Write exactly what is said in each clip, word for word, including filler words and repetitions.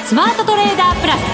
スマートトレーダープラス。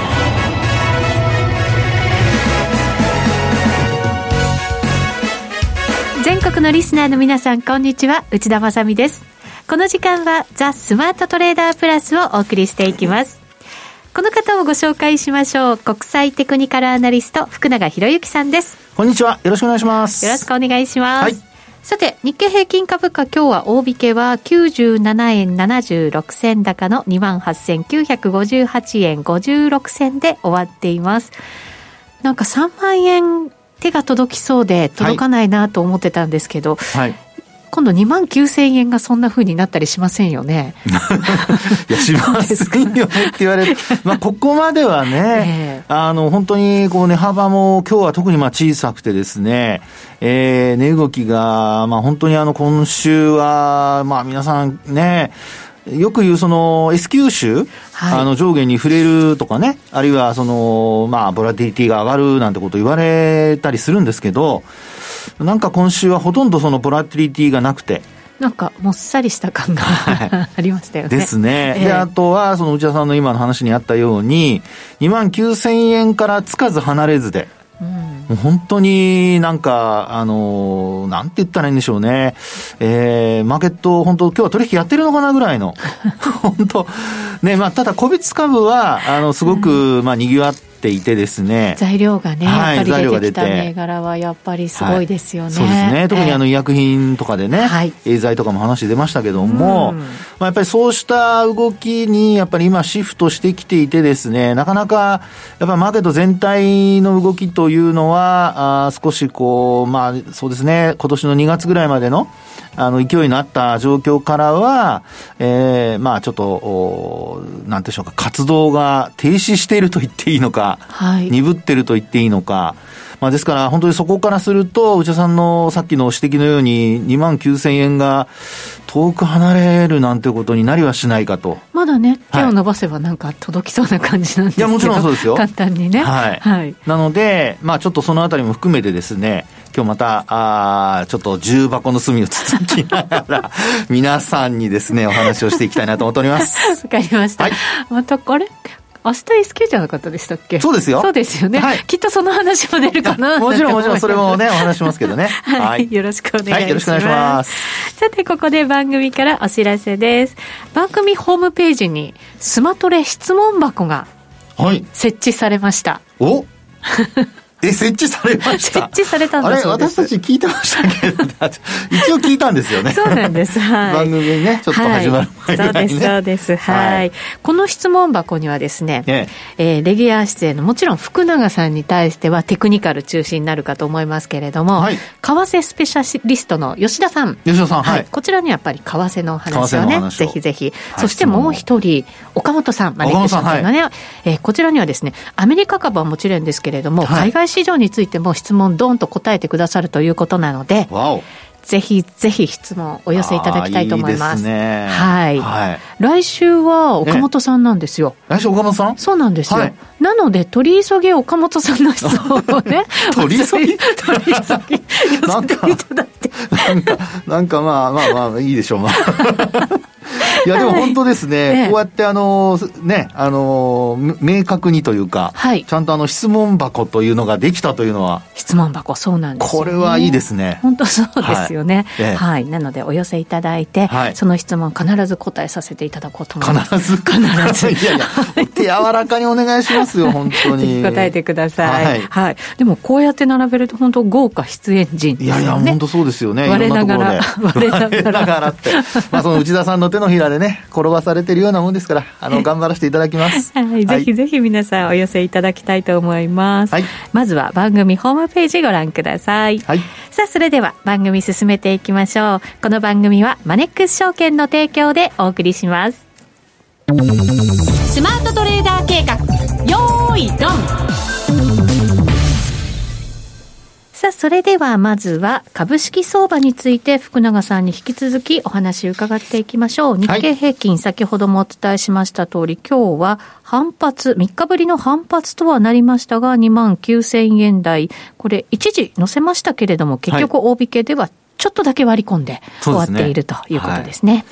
全国のリスナーの皆さん、こんにちは、内田まさみです。この時間はザ・スマートトレーダープラスをお送りしていきます。この方をご紹介しましょう。国際テクニカルアナリスト福永博之さんです。 こんにちは、よろしくお願いします。 よろしくお願いします、はい。さて、日経平均株価、今日は大引けはきゅうじゅうななえんななじゅうろくせん高の にまんはっせんきゅうひゃくごじゅうはちえんごじゅうろくせんで終わっています。なんかさんまんえん手が届きそうで届かないなと思ってたんですけど、はい、今度にまんきゅうせんえんがそんな風になったりしませんよね。 いや、しませんよねって言われる。まあ、ここまではね、えー、あの、本当にこう値幅も今日は特にまあ小さくてですね、えー、値動きが、まあ本当にあの、今週は、まあ皆さんね、よく言うその S q 種、はい、あの上下に触れるとかね、あるいはそのまあボラティリティが上がるなんてこと言われたりするんですけど、なんか今週はほとんどそのボラティリティがなくて、 なんかもっさりした感が、はい、ありましたよね。 ですね。 えー、 で、あとはその内田さんの今の話にあったように にまんきゅうせんえんからつかず離れずで、うん、もう本当になんかあのー、なんて言ったらいいんでしょうね、えー、マーケット本当今日は取引やってるのかなぐらいの本当ね、まあただ個別株はあのすごく、うん、まあ賑わっていてですね、 材料がね、はい、やっぱり出てきた銘柄はやっぱりすごいですよね。はい、 そうですね。特にあの医薬品とかでね、はい、エーザイとかも話出ましたけども、うん、まあ、やっぱりそうした動きにやっぱり今シフトしてきていてですね、なかなかやっぱりマーケット全体の動きというのはあ少しこう、まあそうですね、今年のにがつぐらいまでのあの勢いのあった状況からは、えー、まあちょっとなんていうんでしょうか、活動が停止していると言っていいのか、はい、鈍っていると言っていいのか、まあ、ですから本当にそこからすると内田さんのさっきの指摘のようににまんきゅうせんえんが遠く離れるなんてことになりはしないかと。 まだね、手を伸ばせばなんか届きそうな感じなんですけど、いやもちろんそうですよ、簡単にね、 はいはい、なので、まあ、ちょっとそのあたりも含めてですね、今日またあちょっと重箱の隅をつつきながら皆さんにですねお話をしていきたいなと思っております。 わかりました、はい、またこれ明日 エスキュー じゃなかったでしたっけ。 そうですよ。 そうですよね、はい、きっとその話も出るかな。 もちろんもちろんそれもねお話しますけどね、 はいはい、よろしくお願いします、はい、 よろしくお願いします。 さて、ここで番組からお知らせです。番組ホームページにスマトレ質問箱が設置されました、 はい、おえ、設置されました。 設置されたんだそうです。 あれ、私たち聞いてましたけど、一応聞いたんですよね。 そうなんです。はい。 番組ね、ちょっと始まる前ぐらいにね、はい、そうです、そうです。はい。はい、この質問箱にはですね、えええー、レギュラー出演のもちろん福永さんに対してはテクニカル中心になるかと思いますけれども、はい、為替スペシャリストの吉田さん。 吉田さん、はい。はい、 こちらにやっぱり為替の話をね、をぜひぜひ。はい、そしてもう一人、岡本さん、マネージャーのね、はい、えー、こちらにはですね、アメリカ株はもちろんですけれども、はい、海外市場についても質問ドンと答えてくださるということなので、わお、ぜひぜひ質問をお寄せいただきたいと思います。いいですね。はい。はい、来週は岡本さんなんですよ。 来週岡本さん？ そうなんですよ。はい、なので取り急ぎ岡本さんの質問をね、 取り急ぎ取り急ぎ寄せていただいて、 なんかなんかまあまあまあいいでしょう。まあいやでも本当ですね、はい、こうやってあのね、あの明確にというか、はい、ちゃんとあの質問箱というのができたというのは、 質問箱、そうなんですよね。 これはいいですね。 本当そうですよね。はい、はい、なのでお寄せいただいて、はい、その質問必ず答えさせていただこうと思います。 必ず必ずいやいや手柔らかにお願いしますよ本当に。 ぜひ答えてください。はい、はい、でもこうやって並べると本当豪華出演陣ですよね。いやいや本当そうですよね。 我ながら我ながらってまあその内田さんの手のひらでね転ばされてるようなもんですから、あの頑張らせていただきます。 はい、はい、ぜひぜひ皆さんお寄せいただきたいと思います。はい、まずは番組ホームページご覧ください。はい、さあそれでは番組進めていきましょう。この番組はマネックス証券の提供でお送りします。スマートトレーダー計画、よーいドン。さあそれではまずは株式相場について福永さんに引き続きお話を伺っていきましょう。日経平均、はい、先ほどもお伝えしました通り今日は反発、みっかぶりの反発とはなりましたが にまんきゅうせんえん台、これ一時乗せましたけれども結局大引けではちょっとだけ割り込んで終わっているということですね。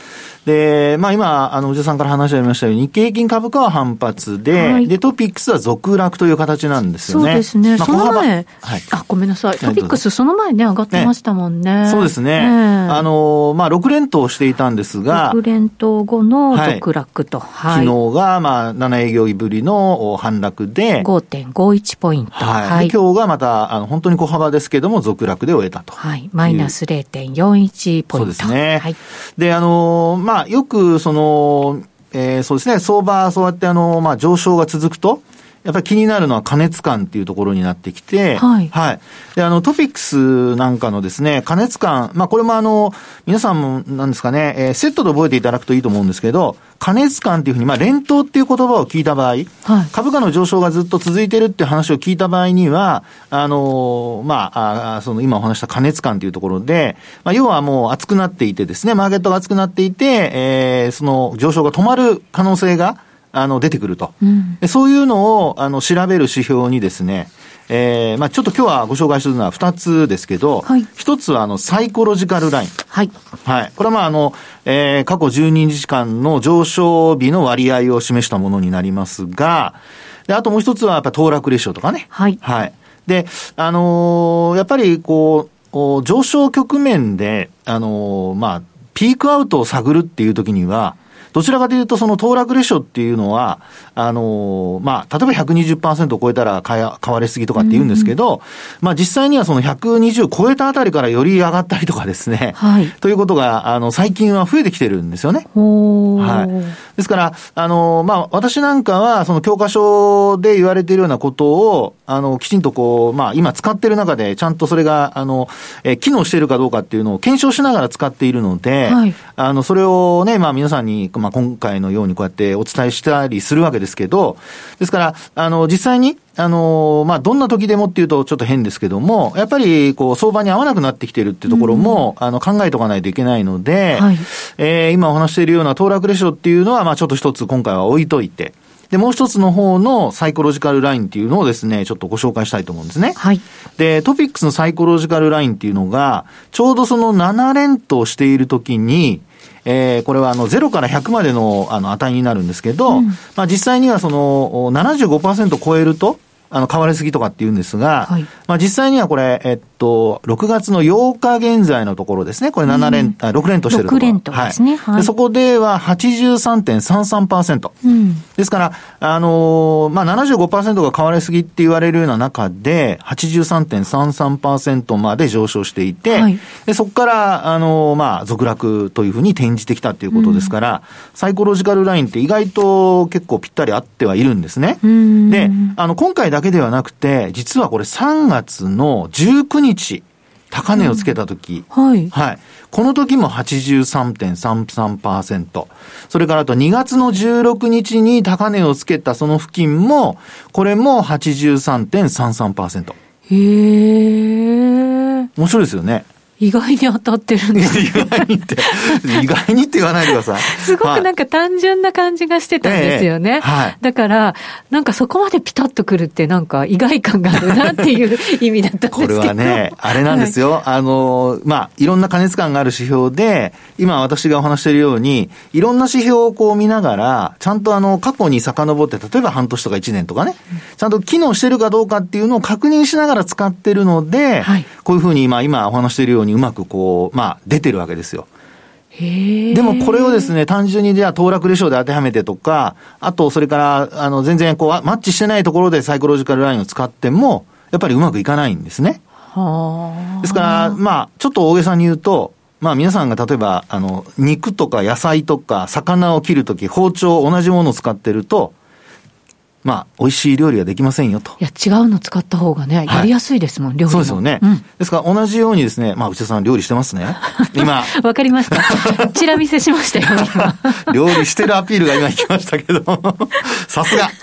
で、まあ今、あの、内田さんから話がありましたように、日経平均株価は反発で、はい、で、トピックスは続落という形なんですよね。 そうですね。まあ、その前、はい、あ、ごめんなさい。トピックスその前ね、上がってましたもんね。 ね、そうですね。ね、あの、まあ、ろく連投していたんですが、 ろく連投後の続落と。 はい、昨日が、まあ、なな営業日ぶりの反落で、 ごてんごいちポイント。 はい。はい、今日がまた、あの、本当に小幅ですけども、続落で終えたと。 はい。マイナス れいてんよんいちポイント。 そうですね。 はい。 で、あの、まあ、よく、その、えー、そうですね、相場、そうやってあの、まあ、上昇が続くと、やっぱり気になるのは過熱感っていうところになってきて、はい。はい。で、あの、トピックスなんかのですね、過熱感、まあ、これもあの、皆さんも、なんですかね、えー、セットで覚えていただくといいと思うんですけど、過熱感っていうふうに、まあ、連投っていう言葉を聞いた場合、はい、株価の上昇がずっと続いてるっていう話を聞いた場合には、あの、まあ、あその今お話した過熱感というところで、まあ、要はもう熱くなっていてですね、マーケットが熱くなっていて、えー、その上昇が止まる可能性が、あの、出てくると。うん、そういうのを、あの、調べる指標にですね、えー、まあちょっと今日はご紹介するのはふたつですけど、はい、ひとつはあの、サイコロジカルライン。はい。はい。これはまああの、えー、過去じゅうににちかんの上昇日の割合を示したものになりますが、で、あともう一つはやっぱ騰落レシオとかね。はい。はい。で、あのー、やっぱりこう、上昇局面で、あのー、まあ、ピークアウトを探るっていう時には、どちらかというと、その騰落レシオっていうのは、あのー、まあ、例えば ひゃくにじゅっパーセント を超えたら買い、買われすぎとかって言うんですけど、うんうん、まあ、実際にはそのひゃくにじゅう超えたあたりからより上がったりとかですね。はい。ということが、あの、最近は増えてきてるんですよね。はい。ですから、あのー、まあ、私なんかは、その教科書で言われているようなことを、あの、きちんとこう、まあ、今使ってる中で、ちゃんとそれが、あの、えー、機能しているかどうかっていうのを検証しながら使っているので、はい。あの、それをね、まあ、皆さんに、まあ、今回のようにこうやってお伝えしたりするわけですけど、ですから、あの、実際に、あの、まあ、どんな時でもっていうとちょっと変ですけども、やっぱり、こう、相場に合わなくなってきてるっていうところも、うん、あの、考えておかないといけないので、はい、えー、今お話しているような騰落レシオっていうのは、まあ、ちょっと一つ今回は置いといて、で、もう一つの方のサイコロジカルラインっていうのをですね、ちょっとご紹介したいと思うんですね。はい。で、トピックスのサイコロジカルラインっていうのが、ちょうどそのなな連投している時に、えー、これはあのゼロからひゃくまでのあの値になるんですけど、うん、まあ実際にはその ななじゅうごパーセント 超えると、あの、買われすぎとかって言うんですが、はい、まあ実際にはこれ、えっと、ろくがつのようか現在のところですね。これなな連、うん、あろく連投してるところ。 ろく連投ですね。はい。 でそこでは はちじゅうさんてんさんさんパーセント。うん、ですから、あのー、まあ ななじゅうごパーセント が買われすぎって言われるような中で、はちじゅうさんてんさんさんパーセント まで上昇していて、はい、でそこから、あのー、まあ続落というふうに転じてきたということですから、うん、サイコロジカルラインって意外と結構ぴったり合ってはいるんですね。うん、で、あの、今回だけではなくて、実はこれさんがつのじゅうくにち、高値をつけたとき、うん、はい。はい。この時も はちじゅうさんてんさんさんパーセント。それからあとにがつのじゅうろくにちに高値をつけたその付近も、これも はちじゅうさんてんさんさんパーセント。 へー。 面白いですよね。 意外に当たってるんです意外にって、意外にって言わないでください。 すごくなんか単純な感じがしてたんですよね。はいええはい、だから、なんかそこまでピタッとくるってなんか意外感があるなっていう意味だったんですけど。 これはね、あれなんですよ。はい、あの、まあ、いろんな過熱感がある指標で、今私がお話しているように、いろんな指標をこう見ながら、ちゃんとあの、過去に遡って、例えば半年とかいちねんとかね、うん、ちゃんと機能してるかどうかっていうのを確認しながら使ってるので、はい、こういうふうに今、今お話しているようにうまくこう、まあ、出てるわけですよ。へでもこれをですね、単純にじゃあ騰落レシオで当てはめてとか、あとそれから、あの、全然こう、マッチしてないところでサイコロジカルラインを使っても、やっぱりうまくいかないんですね。はですから、まあ、ちょっと大げさに言うと、まあ皆さんが例えば、あの、肉とか野菜とか魚を切るとき、包丁同じものを使ってると、まあ、美味しい料理はできませんよと。 いや、違うの使った方がね、はい、やりやすいですもん、料理も。 そうですよね。うん、ですから同じようにですね、まあ、内田さん料理してますね。今。 わかりました。チラ見せしましたよ、今。 料理してるアピールが今行きましたけど。さすが。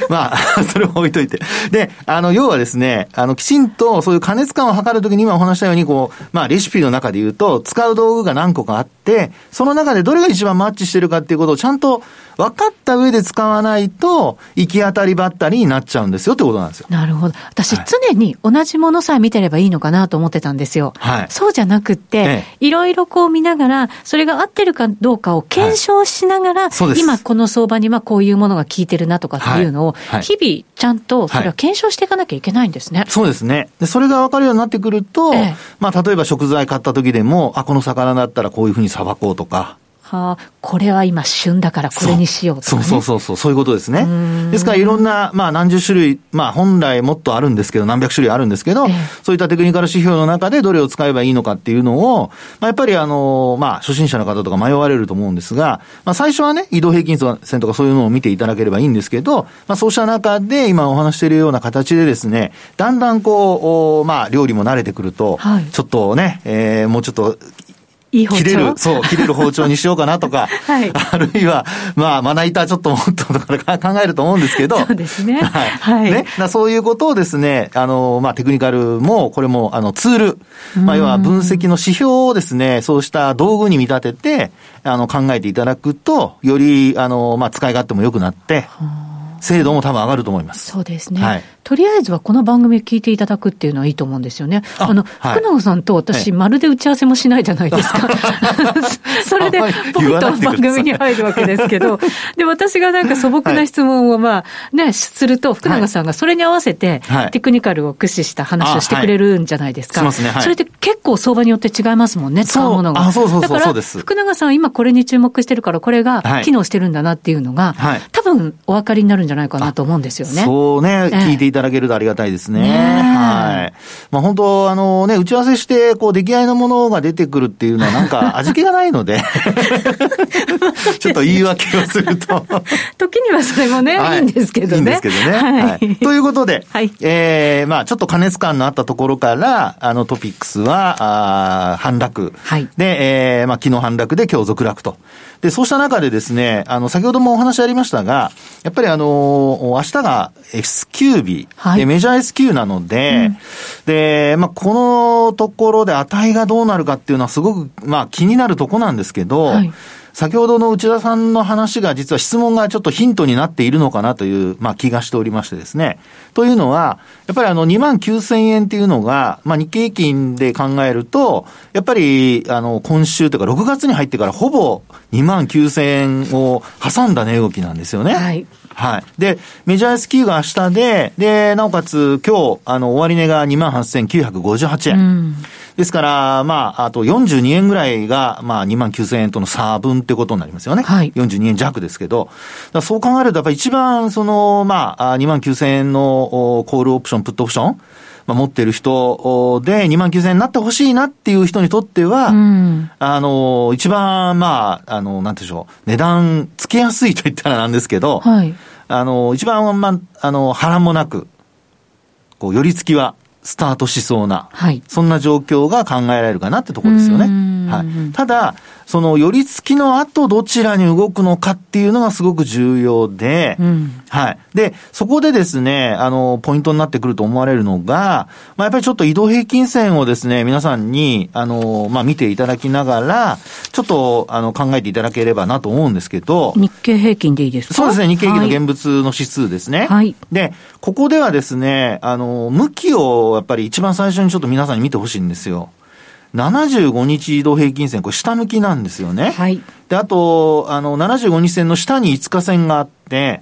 まあ、それを置いといて。で、あの、要はですね、あの、きちんとそういう加熱感を測るときに今お話したように、こう、まあ、レシピの中で言うと、使う道具が何個かあって、その中でどれが一番マッチしてるかっていうことをちゃんと分かった上で使わないと、行き当たりばったりになっちゃうんですよってことなんですよ。 なるほど。私、はい、常に同じものさえ見てればいいのかなと思ってたんですよ。はい、そうじゃなくって、ええ、いろいろこう見ながら、それが合ってるかどうかを検証しながら、はい、今この相場にはこういうものが効いてるなとかっていうのを、はいはい、日々ちゃんとそれは検証していかなきゃいけないんですね。はい、 そうですね。で、それが分かるようになってくると、ええ、まあ、例えば食材買った時でも、あ、この魚だったらこういうふうにさばこうとか、 はあ、これは今旬だからこれにしようとか、ね、 そうそうそうそう、そういうことですね。ですからいろんな、まあ何十種類、まあ本来もっとあるんですけど、何百種類あるんですけど、ええ、そういったテクニカル指標の中でどれを使えばいいのかっていうのを、まあやっぱりあの、まあ初心者の方とか迷われると思うんですが、まあ最初はね、移動平均線とかそういうのを見ていただければいいんですけど、まあそうした中で今お話しているような形でですね、だんだんこう、まあ料理も慣れてくると、はい、ちょっとね、えー、もうちょっと、 いい包丁切れる、そう、切れる包丁にしようかなとか、はい、あるいは、まあ、まな板ちょっともっととか考えると思うんですけど、 そうですね。 はい。はい、ね。だそういうことをですね、あの、まあ、テクニカルも、これも、あの、ツール、まあ、要は分析の指標をですね、そうした道具に見立てて、あの、考えていただくと、より、あの、まあ、使い勝手も良くなって、精度も多分上がると思います。 そうですね。はい、とりあえずはこの番組を聞いていただくっていうのはいいと思うんですよね。あ, あの、はい、福永さんと私、はい、まるで打ち合わせもしないじゃないですか。それで、ポッと番組に入るわけですけど、で、私がなんか素朴な質問をまあ、ね、すると、福永さんがそれに合わせて、テクニカルを駆使した話をしてくれるんじゃないですか。 はい、しますね。はい、 それで結構相場によって違いますもんね、使うものが。 あ、そうそうそうそうです。 だから、福永さんは今これに注目してるから、これが機能してるんだなっていうのが、はい、多分お分かりになるんじゃないかなと思うんですよね。 そうね、えー、聞いていただけるとありがたいですね。ねはい。まあ本当、あのね、打ち合わせして、こう、出来合いのものが出てくるっていうのはなんか味気がないので、ちょっと言い訳をすると。 時にはそれもね、はい、いいんですけどね。いいんですけどね。はい。はい、 ということで、はい、えー、まあちょっと加熱感のあったところから、あのトピックスは、あ反落。はい。で、えー、まあ昨日反落で今日続落と。で、そうした中でですね、あの、先ほどもお話ありましたが、やっぱりあの、明日が S q 日、はい、メジャー S q なので、うん、で、まあ、このところで値がどうなるかっていうのはすごく、まあ、気になるとこなんですけど、はい、先ほどの内田さんの話が実は質問がちょっとヒントになっているのかなという、まあ、気がしておりましてですね。というのは、やっぱりあのにまんきゅうせんえんっていうのが、まあ、日経平均で考えると、やっぱりあの今週というかろくがつに入ってからほぼにまんきゅうせんえんを挟んだ値動きなんですよね。はい。はい。で、メジャー S q が明日で、で、なおかつ今日、あの、終値が にまんはっせんきゅうひゃくごじゅうはちえん。うんですから、まあ、あとよんじゅうにえんぐらいが、まあ、にまんきゅうせんえんとの差分ってことになりますよね。はい。よんじゅうにえん弱ですけど、だそう考えると、やっぱり一番、その、まあ、にまんきゅうせんえんのコールオプション、プットオプション、まあ、持ってる人でにまんきゅうせんえんになってほしいなっていう人にとっては、うん、あの、一番、まあ、あの、なんていうんでしょう、値段つけやすいと言ったらなんですけど、はい。あの、一番、まあ、あの、波乱もなく、こう、寄り付きは、スタートしそうな、はい、そんな状況が考えられるかなってところですよね。はい。ただ、その寄り付きの後どちらに動くのかっていうのがすごく重要で、うん、はい。で、そこでですね、あの、ポイントになってくると思われるのが、まあ、やっぱりちょっと移動平均線をですね、皆さんに、あの、まあ、見ていただきながら、ちょっと、あの、考えていただければなと思うんですけど。 日経平均でいいですか？ そうですね、日経平均の現物の指数ですね。はい。で、ここではですね、あの、向きをやっぱり一番最初にちょっと皆さんに見てほしいんですよ。ななじゅうごにち移動平均線、これ下向きなんですよね。はい。で、あと、あの、ななじゅうごにち線の下にいつか線があって、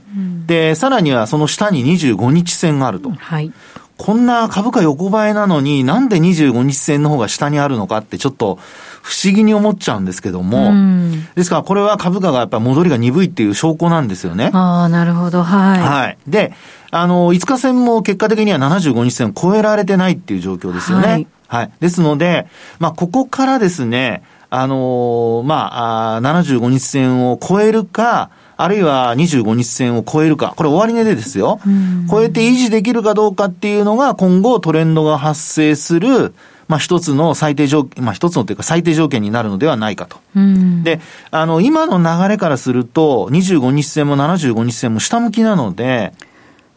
うん、で、さらにはその下ににじゅうごにち線があると。はい。こんな株価横ばいなのになんでにじゅうごにち線の方が下にあるのかってちょっと不思議に思っちゃうんですけども。うん、ですからこれは株価がやっぱり戻りが鈍いっていう証拠なんですよね。 ああ、なるほど。はい。 はい。で、あの、いつか線も結果的にはななじゅうごにち線を超えられてないっていう状況ですよね。はい。はい。ですので、まあ、ここからですね、あのー、まあ、あななじゅうごにち線を超えるか、あるいはにじゅうごにち線を超えるか、これ終値でですよ。超えて維持できるかどうかっていうのが今後トレンドが発生する、まあ一つの最低条件、まあ一つのというか最低条件になるのではないかと。で、あの、今の流れからすると、にじゅうごにち線もななじゅうごにち線も下向きなので、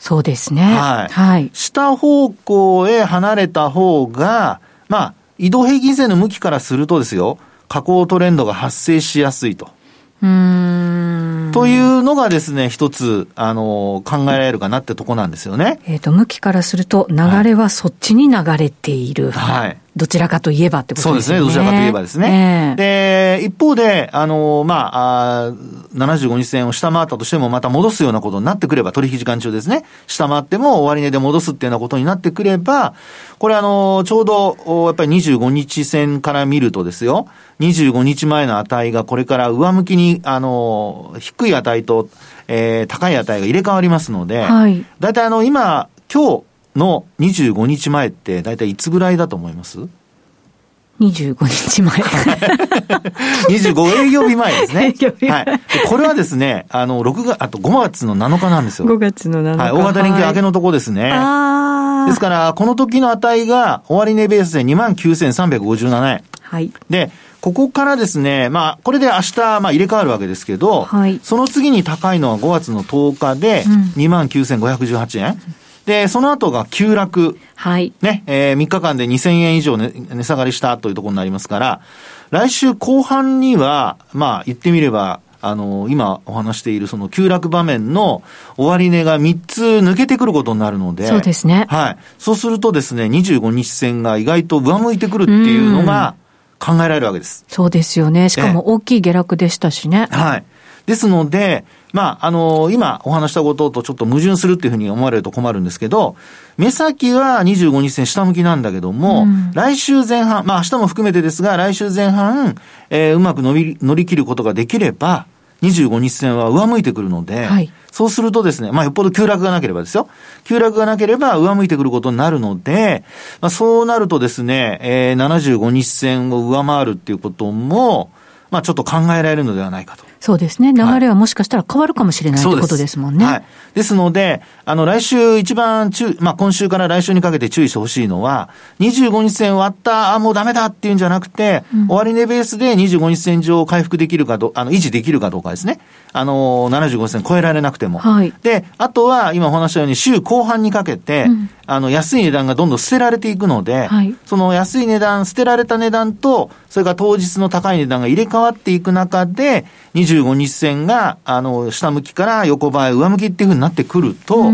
そうですね。 はい。はい、下方向へ離れた方が、まあ、移動平均線の向きからするとですよ、下降トレンドが発生しやすいと。 うーん。 というのがですね、一つ、あの、考えられるかなってとこなんですよね。 えっと、向きからすると、流れはそっちに流れている。はい。どちらかといえばってことですね。 そうですね。どちらかといえばですね。えー、で、一方で、あの、まあ、あななじゅうごにち線を下回ったとしても、また戻すようなことになってくれば、取引時間中ですね。下回っても終値で戻すっていうようなことになってくれば、これあの、ちょうど、やっぱりにじゅうごにち線から見るとですよ、にじゅうごにちまえの値がこれから上向きに、あの、低い値と、えー、高い値が入れ替わりますので、はい。だいたいあの、今、今日、のにじゅうごにちまえって大体いつぐらいだと思います？ にじゅうごにちまえ。 にじゅうご営業日前ですね。営業日前。はい。これはですね、あの、ろくがつ、あとごがつのなのかなんですよ。 ごがつのなのか。 はい。大型連休明けのとこですね。ああ。ですから、この時の値が終値ベースで にまんきゅうせんさんびゃくごじゅうななえん。はい。で、ここからですね、まあ、これで明日、まあ、入れ替わるわけですけど、はい。その次に高いのはごがつのとおかで にまんきゅうせんごひゃくじゅうはちえん。うんで、その後が急落。はい。ね、えー、みっかかんでにせんえん以上、ね、値下がりしたというところになりますから、来週後半には、まあ、言ってみれば、あの、今お話しているその急落場面の終値がみっつ抜けてくることになるので、 そうですね。 はい。そうするとですね、にじゅうごにち線が意外と上向いてくるっていうのが考えられるわけです。 そうですよね。しかも大きい下落でしたしね。 はい。ですので、まあ、あのー、今お話したこととちょっと矛盾するっていうふうに思われると困るんですけど、目先はにじゅうごにち線下向きなんだけども、うん、来週前半、まあ明日も含めてですが、来週前半、えー、うまく乗り、乗り切ることができれば、にじゅうごにち線は上向いてくるので、はい、そうするとですね、まあよっぽど急落がなければですよ。急落がなければ上向いてくることになるので、まあそうなるとですね、えー、ななじゅうごにち線を上回るっていうことも、まあちょっと考えられるのではないかと。 そうですね。流れはもしかしたら変わるかもしれないということですもんね。 はい。ですので、あの、来週一番注、まあ、今週から来週にかけて注意してほしいのは、にじゅうごにち線割った、あ、もうダメだっていうんじゃなくて、うん、終値ベースでにじゅうごにち線上回復できるかど、あの、維持できるかどうかですね。あの、ななじゅうごにち線超えられなくても。はい。で、あとは、今お話したように、週後半にかけて、うん、あの、安い値段がどんどん捨てられていくので、はい、その安い値段、捨てられた値段と、それから当日の高い値段が入れ替わっていく中で、にじゅうごにち線が、あの、下向きから横ばい、上向きっていう風になってくると、うん、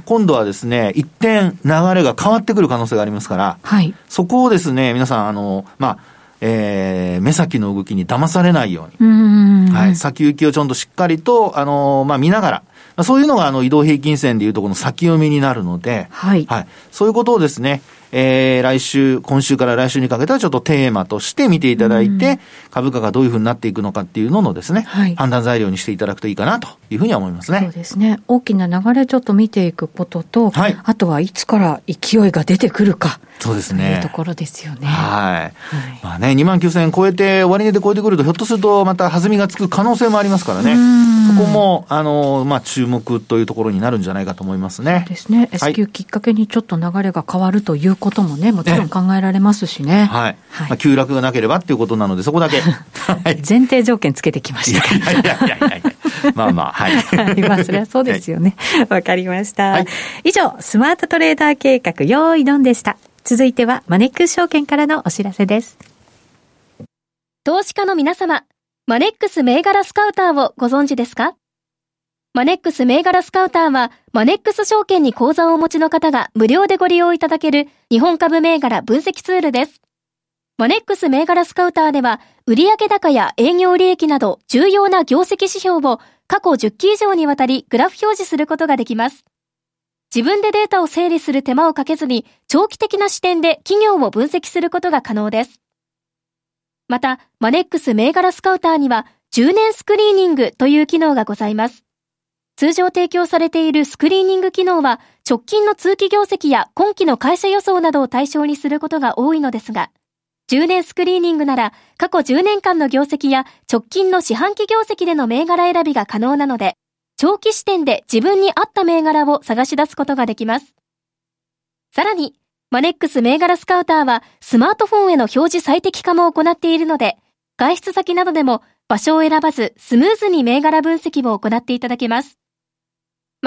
今度はですね、一点流れが変わってくる可能性がありますから、はい、そこをですね、皆さん、あの、まあ、えー、目先の動きに騙されないように、うんはい、先行きをちゃんとしっかりと、あの、まあ、見ながら、そういうのが、あの、移動平均線でいうところの先読みになるので、はい。はい。そういうことをですね、えー、来週、今週から来週にかけてはちょっとテーマとして見ていただいて、株価がどういうふうになっていくのかっていうののですね、はい、判断材料にしていただくといいかなというふうには思いますね。 そうですね。大きな流れちょっと見ていくことと、はい、あとはいつから勢いが出てくるか。 そうですね。 というところですよね。 はい。はい、まあね、にまんきゅうせんえん超えて、終値で超えてくると、ひょっとするとまた弾みがつく可能性もありますからね。そこも、あの、まあ、注目というところになるんじゃないかと思いますね。 そうですね。S q きっかけにちょっと流れが変わるということもね、もちろん考えられますしね。 はい。はい、まあ、急落がなければっていうことなので、そこだけ。 前提条件つけてきました。 いやいやいやいやいや。まあまあ、はい。 はい、まあ、それはそうですよね。わ、はい、かりました、はい。以上、スマートトレーダー計画、用意ドンでした。続いては、マネックス証券からのお知らせです。 投資家の皆様、マネックス銘柄スカウターをご存知ですか？マネックス銘柄スカウターは、マネックス証券に口座をお持ちの方が無料でご利用いただける日本株銘柄分析ツールです。マネックス銘柄スカウターでは、売上高や営業利益など重要な業績指標を過去じゅっき以上にわたりグラフ表示することができます。自分でデータを整理する手間をかけずに、長期的な視点で企業を分析することが可能です。また、マネックス銘柄スカウターには、じゅうねんスクリーニングという機能がございます。通常提供されているスクリーニング機能は、直近の通期業績や今期の会社予想などを対象にすることが多いのですが、じゅうねんスクリーニングなら、過去じゅうねんかんの業績や直近の四半期業績での銘柄選びが可能なので、長期視点で自分に合った銘柄を探し出すことができます。さらに、マネックス銘柄スカウターはスマートフォンへの表示最適化も行っているので、外出先などでも場所を選ばずスムーズに銘柄分析を行っていただけます。また、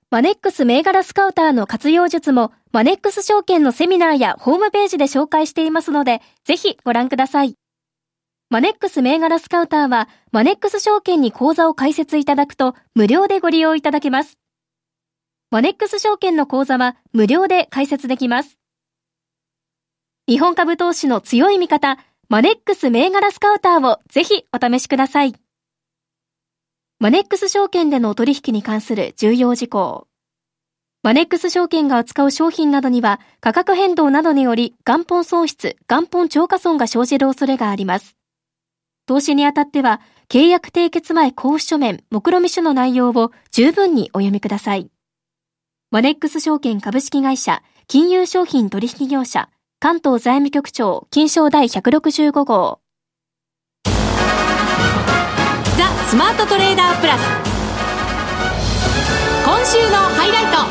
マネックス銘柄スカウターの活用術もマネックス証券のセミナーやホームページで紹介していますので、ぜひご覧ください。マネックス銘柄スカウターはマネックス証券に口座を開設いただくと無料でご利用いただけます。マネックス証券の口座は無料で開設できます。日本株投資の強い味方、マネックス銘柄スカウターをぜひお試しください。マネックス証券での取引に関する重要事項。マネックス証券が扱う商品などには価格変動などにより元本損失、元本超過損が生じる恐れがあります。投資にあたっては契約締結前交付書面、目論見書の内容を十分にお読みください。マネックス証券株式会社、金融商品取引業者、関東財務局長、金商第ひゃくろくじゅうご号。 ザ・スマートトレーダープラス。今週のハイライト。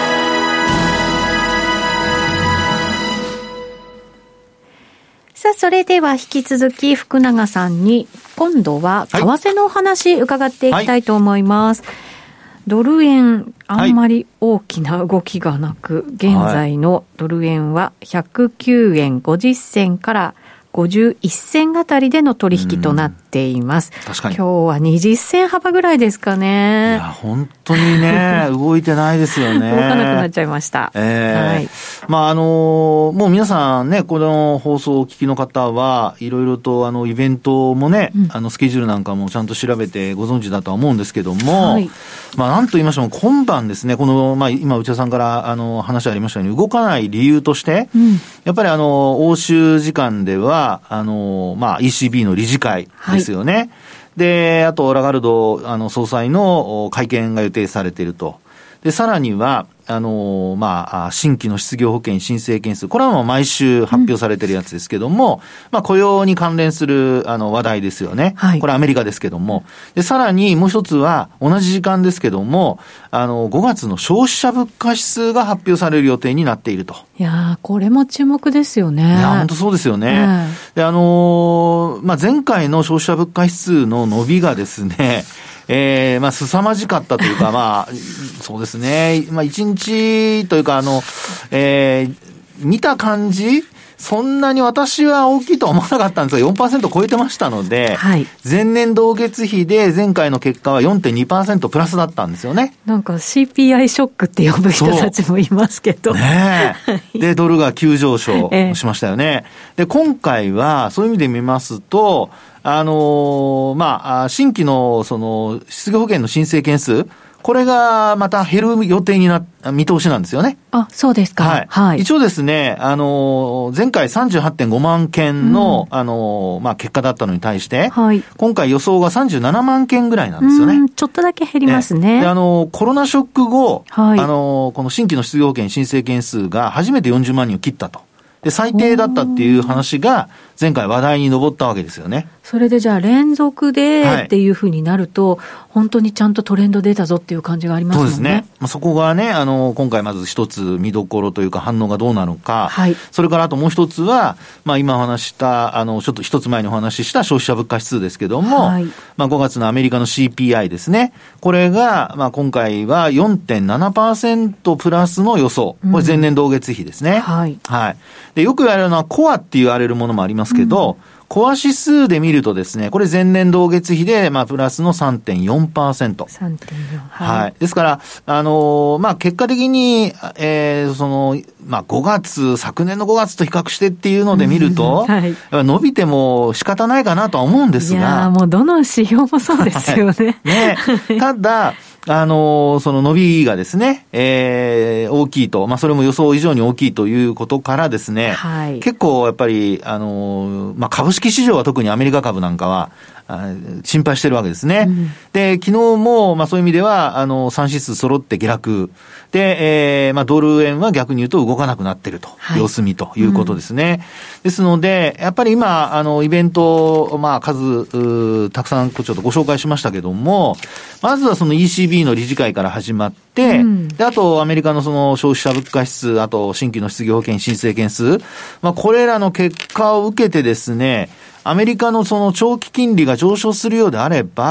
さあ、それでは引き続き福永さんに今度は為替のお話伺っていきたいと思います。はいはい、ドル円あんまり大きな動きがなく、はい、現在のドル円はひゃくきゅうえんごじゅっ銭からごじゅういっ銭あたりでの取引となっています。 確かに今日はにじゅっ銭幅ぐらいですかね。 いや本当にね動いてないですよね。 動かなくなっちゃいました。 えーはい、まああのもう皆さんねこの放送をお聞きの方はいろいろとあのイベントもね、うん、あのスケジュールなんかもちゃんと調べてご存知だとは思うんですけども、はい、まあなんと言いましても今晩ですねこのまあ今内田さんからあの話ありましたように動かない理由として、うん、やっぱりあの欧州時間ではあの、まあ、イーシービー の理事会ですよね。はい、で、あと、ラガルド、あの、総裁の会見が予定されていると。で、さらには、あの、まあ、新規の失業保険申請件数。これはもう毎週発表されてるやつですけども、うん、まあ、雇用に関連する、あの、話題ですよね。はい、これアメリカですけども。で、さらにもう一つは、同じ時間ですけども、あの、ごがつの消費者物価指数が発表される予定になっていると。 いやー、これも注目ですよね。 いや、本当そうですよね。うん、で、あのー、まあ、前回の消費者物価指数の伸びがですね、えー、まあ、凄まじかったというか、まあ、そうですね。まあ、一日というか、あの、えー、見た感じ、そんなに私は大きいとは思わなかったんですが、よんパーセント 超えてましたので、はい、前年同月比で前回の結果は よんてんにパーセント プラスだったんですよね。 なんか シーピーアイ ショックって呼ぶ人たちもいますけど。 ねえ。で、ドルが急上昇しましたよね。で、今回はそういう意味で見ますと、あのー、まあ、新規のその失業保険の申請件数、これがまた減る予定にな、見通しなんですよね。 あ、そうですか。 はい。はい、一応ですね、あの、前回 さんじゅうはちてんごまんけんの、うん、あの、まあ、結果だったのに対して、はい、今回予想がさんじゅうななまんけんぐらいなんですよね。うん、 ちょっとだけ減りますね。 で、あの、コロナショック後、はい、あの、この新規の失業保険申請件数が初めてよんじゅうまんにんを切ったと。で、最低だったっていう話が前回話題に上ったわけですよね。 それでじゃあ連続でっていうふうになると、はい、本当にちゃんとトレンド出たぞっていう感じがありますもんね。 そうですね。まあ、そこがね、あの、今回まず一つ見どころというか反応がどうなのか。はい。それからあともう一つは、まあ今お話した、あの、ちょっと一つ前にお話しした消費者物価指数ですけども、はい。まあごがつのアメリカの シーピーアイ ですね。これが、まあ今回は よんてんななパーセント プラスの予想。これ前年同月比ですね。うん、はい。はい。で、よく言われるのはコアって言われるものもありますけど、うん、コア指数で見るとですね、これ前年同月比で、まあ、プラスの さんてんよんパーセント。 さんてんよん。 はい。はい。ですから、あのー、まあ、結果的に、えー、その、まあ、ごがつ、昨年のごがつと比較してっていうので見ると、はい、伸びても仕方ないかなとは思うんですが。いやもうどの指標もそうですよね。 ね。ただ、あの、その伸びがですね、えー、大きいと、まあ、それも予想以上に大きいということからですね、はい、結構やっぱり、あの、まあ、株式市場は特にアメリカ株なんかは、心配してるわけですね。うん、で、昨日も、まあそういう意味では、あの、さん指数揃って下落。で、えー、まあドル円は逆に言うと動かなくなってると。はい、様子見ということですね。うん、ですので、やっぱり今、あの、イベント、まあ数、たくさんちょっとご紹介しましたけども、まずはその イーシービー の理事会から始まって、うん、で、あとアメリカのその消費者物価指数、あと新規の失業保険申請件数、まあこれらの結果を受けてですね、アメリカのその長期金利が上昇するようであれば、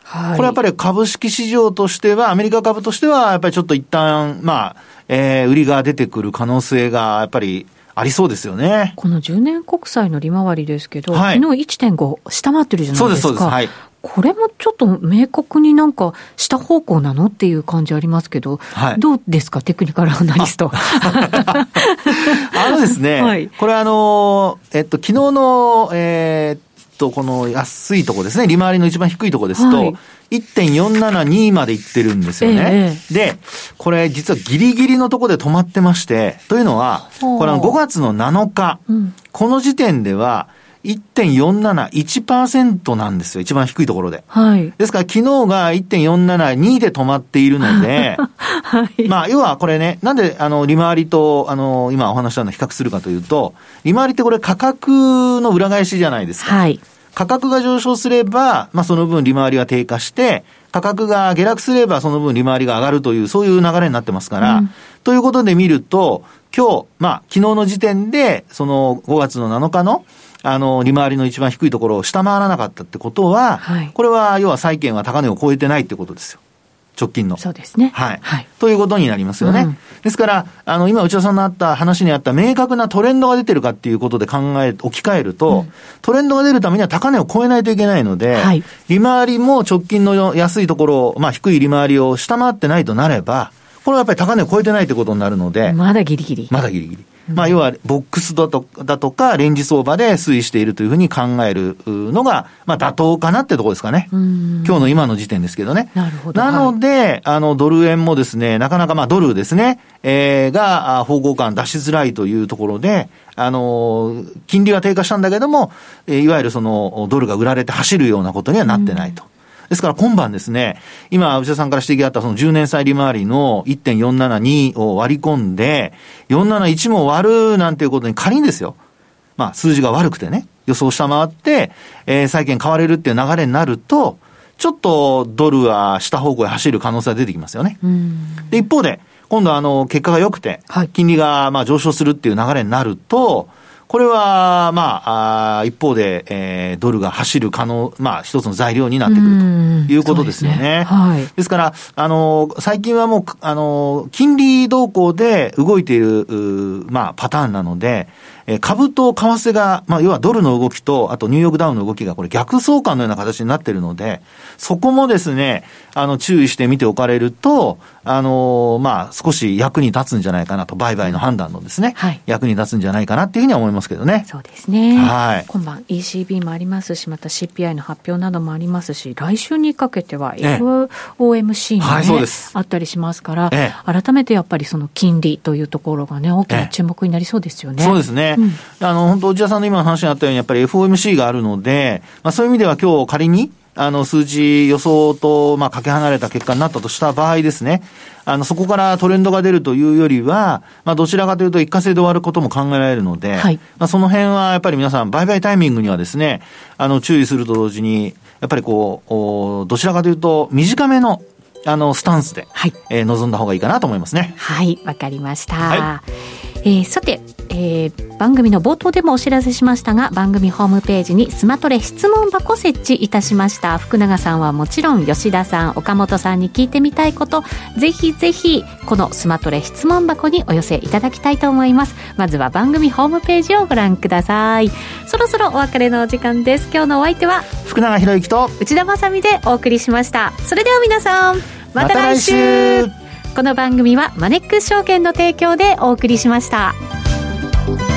はい、これやっぱり株式市場としては、アメリカ株としては、やっぱりちょっと一旦、まあ、えー、売りが出てくる可能性が、やっぱり、ありそうですよね。 このじゅうねん国債の利回りですけど、はい、昨日 いってんご 下回ってるじゃないですか。そうです、そうです。はい。これもちょっと明確になんか下方向なのっていう感じありますけど、はい、どうですか、テクニカルアナリスト。あ, あのですね、はい、これあの、えっと、昨日の、えー、っと、この安いとこですね、利回りの一番低いとこですと、はい、いってんよんななに までいってるんですよね、ええ。で、これ実はギリギリのところで止まってまして、というのは、これごがつのなのか、うん、この時点では、いってんよんなな、いちパーセント なんですよ。一番低いところで。はい。ですから昨日が いってんよんななに で止まっているので、はい。まあ、要はこれね、なんで、あの、利回りと、あの、今お話したのを比較するかというと、利回りってこれ価格の裏返しじゃないですか。はい。価格が上昇すれば、まあ、その分利回りは低下して、価格が下落すればその分利回りが上がるという、そういう流れになってますから、うん、ということで見ると、今日、まあ、昨日の時点で、そのごがつのなのかの、あの、利回りの一番低いところを下回らなかったってことは、はい、これは、要は債券は高値を超えてないってことですよ。直近の。 そうですね。 はい。はい、ということになりますよね。うん、ですから、あの、今内田さんのあった話にあった明確なトレンドが出てるかっていうことで考え、置き換えると、うん、トレンドが出るためには高値を超えないといけないので、はい、利回りも直近の安いところ、まあ低い利回りを下回ってないとなれば、これはやっぱり高値を超えてないということになるので、 まだギリギリ。 まだギリギリ。まあ、要は、ボックスだと、だとか、レンジ相場で推移しているというふうに考えるのが、まあ、妥当かなってところですかね。今日の今の時点ですけどね。 なるほど。 なので、はい、あの、ドル円もですね、なかなか、まあ、ドルですね、えー、が、方向感出しづらいというところで、あの、金利は低下したんだけども、いわゆるその、ドルが売られて走るようなことにはなってないと。ですから今晩ですね、今、内田さんから指摘があったそのじゅうねん債利回りの いってんよんななに を割り込んで、よんなないちも割るなんていうことに仮にですよ、まあ数字が悪くてね、予想下回って、えー、債券買われるっていう流れになると、ちょっとドルは下方向へ走る可能性が出てきますよね。うんで、一方で、今度あの、結果が良くて、金利がまあ上昇するっていう流れになると、これは、まあ、あ一方で、えー、ドルが走る可能、まあ、一つの材料になってくるということですよね。ですね、はい。ですから、あの、最近はもう、あの、金利動向で動いている、まあ、パターンなので、えー、株と為替が、まあ、要はドルの動きと、あとニューヨークダウンの動きがこれ逆相関のような形になっているので、そこもですね、あの、注意して見ておかれると、あの、まあ、少し役に立つんじゃないかなと、売買の判断のですね、はい、役に立つんじゃないかなっていうふうには思いますけどね。 そうですね。はい。今晩 イーシービー もありますし、また シーピーアイ の発表などもありますし、来週にかけては エフオーエムシー も、ね、はい、そうです。あったりしますから、ええ、改めてやっぱりその金利というところがね、大きな注目になりそうですよね。 ええ、そうですね。うん、あの、本当、内田さんの今の話にあったように、やっぱり エフオーエムシー があるので、まあそういう意味では今日仮に、あの、数字予想と、まあ、かけ離れた結果になったとした場合ですね、あの、そこからトレンドが出るというよりは、まあ、どちらかというと一過性で終わることも考えられるので、はい、まあ、その辺はやっぱり皆さん、売買タイミングにはですね、あの、注意すると同時に、やっぱりこう、どちらかというと、短めの、あの、スタンスで、はい、えー、臨んだ方がいいかなと思いますね。 はい、わかりました。はい、えー、さて、えー、番組の冒頭でもお知らせしましたが、番組ホームページにスマトレ質問箱設置いたしました。福永さんはもちろん、吉田さん、岡本さんに聞いてみたいこと、ぜひぜひこのスマトレ質問箱にお寄せいただきたいと思います。まずは番組ホームページをご覧ください。そろそろお別れのお時間です。今日のお相手は福永博之と内田まさみでお送りしました。それでは皆さん、また来週。この番組はマネックス証券の提供でお送りしました。